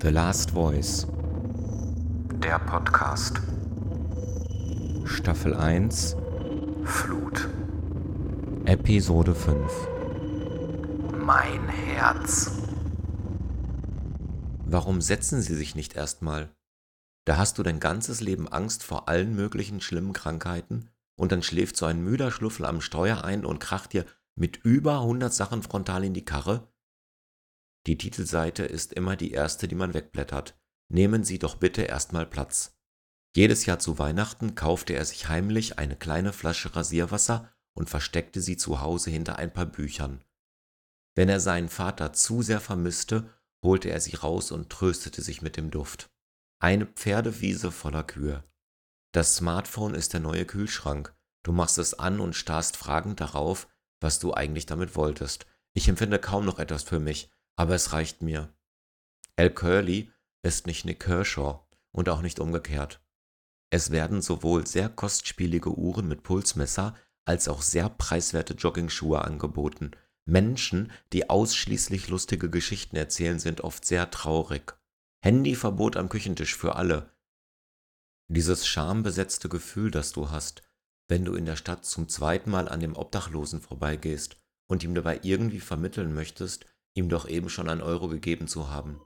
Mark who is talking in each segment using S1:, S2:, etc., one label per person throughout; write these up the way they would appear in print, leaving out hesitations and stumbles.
S1: The Last Voice,
S2: Der Podcast.
S1: Staffel 1,
S2: Flut.
S1: Episode 5.
S2: Mein Herz.
S1: Warum setzen Sie sich nicht erstmal? Da hast du dein ganzes Leben Angst vor allen möglichen schlimmen Krankheiten und dann schläft so ein müder Schluffel am Steuer ein und kracht dir mit über 100 Sachen frontal in die Karre? Die Titelseite ist immer die erste, die man wegblättert. Nehmen Sie doch bitte erstmal Platz. Jedes Jahr zu Weihnachten kaufte er sich heimlich eine kleine Flasche Rasierwasser und versteckte sie zu Hause hinter ein paar Büchern. Wenn er seinen Vater zu sehr vermisste, holte er sie raus und tröstete sich mit dem Duft. Eine Pferdewiese voller Kühe. Das Smartphone ist der neue Kühlschrank. Du machst es an und starrst fragend darauf, was du eigentlich damit wolltest. Ich empfinde kaum noch etwas für mich, aber es reicht mir. Al Curly ist nicht Nick Kershaw und auch nicht umgekehrt. Es werden sowohl sehr kostspielige Uhren mit Pulsmesser als auch sehr preiswerte Joggingschuhe angeboten. Menschen, die ausschließlich lustige Geschichten erzählen, sind oft sehr traurig. Handyverbot am Küchentisch für alle. Dieses schambesetzte Gefühl, das du hast, wenn du in der Stadt zum zweiten Mal an dem Obdachlosen vorbeigehst und ihm dabei irgendwie vermitteln möchtest, ihm doch eben schon 1 Euro gegeben zu haben.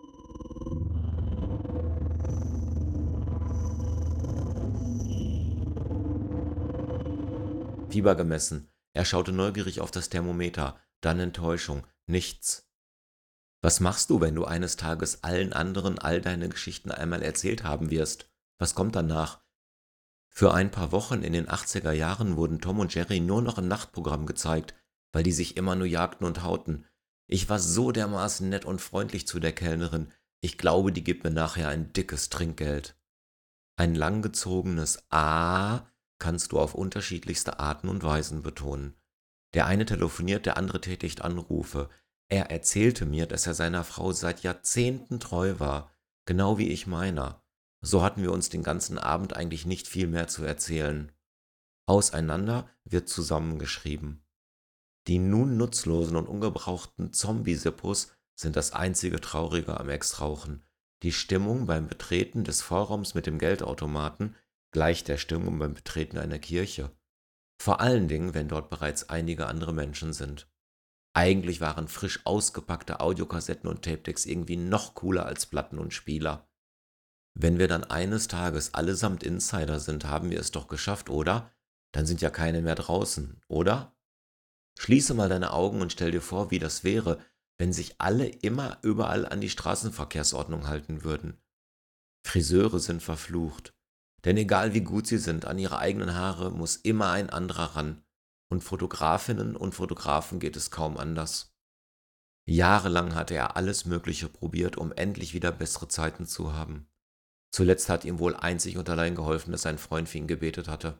S1: Fieber gemessen. Er schaute neugierig auf das Thermometer, dann Enttäuschung. Nichts. Was machst du, wenn du eines Tages allen anderen all deine Geschichten einmal erzählt haben wirst? Was kommt danach? Für ein paar Wochen in den 80er Jahren wurden Tom und Jerry nur noch im Nachtprogramm gezeigt, weil die sich immer nur jagten und hauten. Ich war so dermaßen nett und freundlich zu der Kellnerin. Ich glaube, die gibt mir nachher ein dickes Trinkgeld. Ein langgezogenes A kannst du auf unterschiedlichste Arten und Weisen betonen. Der eine telefoniert, der andere tätigt Anrufe. Er erzählte mir, dass er seiner Frau seit Jahrzehnten treu war, genau wie ich meiner. So hatten wir uns den ganzen Abend eigentlich nicht viel mehr zu erzählen. Auseinander wird zusammengeschrieben. Die nun nutzlosen und ungebrauchten Zombie-Sippos sind das einzige Traurige am Ex-Rauchen. Die Stimmung beim Betreten des Vorraums mit dem Geldautomaten gleicht der Stimmung beim Betreten einer Kirche. Vor allen Dingen, wenn dort bereits einige andere Menschen sind. Eigentlich waren frisch ausgepackte Audiokassetten und Tapedecks irgendwie noch cooler als Platten und Spieler. Wenn wir dann eines Tages allesamt Insider sind, haben wir es doch geschafft, oder? Dann sind ja keine mehr draußen, oder? Schließe mal deine Augen und stell dir vor, wie das wäre, wenn sich alle immer überall an die Straßenverkehrsordnung halten würden. Friseure sind verflucht, denn egal wie gut sie sind, an ihre eigenen Haare muss immer ein anderer ran. Und Fotografinnen und Fotografen geht es kaum anders. Jahrelang hatte er alles Mögliche probiert, um endlich wieder bessere Zeiten zu haben. Zuletzt hat ihm wohl einzig und allein geholfen, dass sein Freund für ihn gebetet hatte.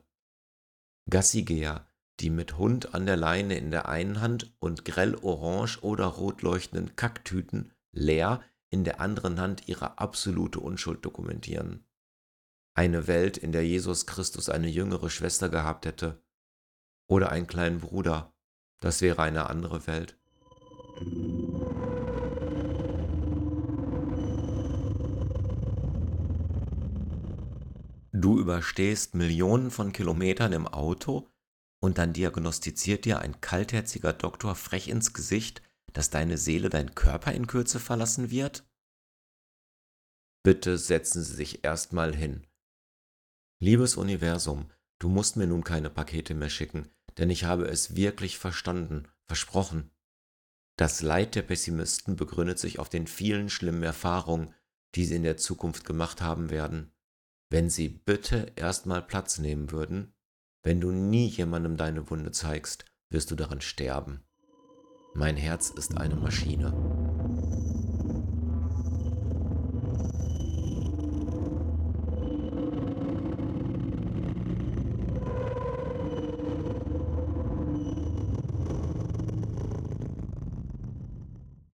S1: Gassigeher, die mit Hund an der Leine in der einen Hand und grell orange oder rot leuchtenden Kacktüten leer in der anderen Hand ihre absolute Unschuld dokumentieren. Eine Welt, in der Jesus Christus eine jüngere Schwester gehabt hätte. Oder einen kleinen Bruder. Das wäre eine andere Welt. Du überstehst Millionen von Kilometern im Auto und dann diagnostiziert dir ein kaltherziger Doktor frech ins Gesicht, dass deine Seele deinen Körper in Kürze verlassen wird? Bitte setzen Sie sich erstmal hin. Liebes Universum, du musst mir nun keine Pakete mehr schicken, denn ich habe es wirklich verstanden, versprochen. Das Leid der Pessimisten begründet sich auf den vielen schlimmen Erfahrungen, die sie in der Zukunft gemacht haben werden. Wenn sie bitte erstmal Platz nehmen würden, wenn du nie jemandem deine Wunde zeigst, wirst du daran sterben. Mein Herz ist eine Maschine.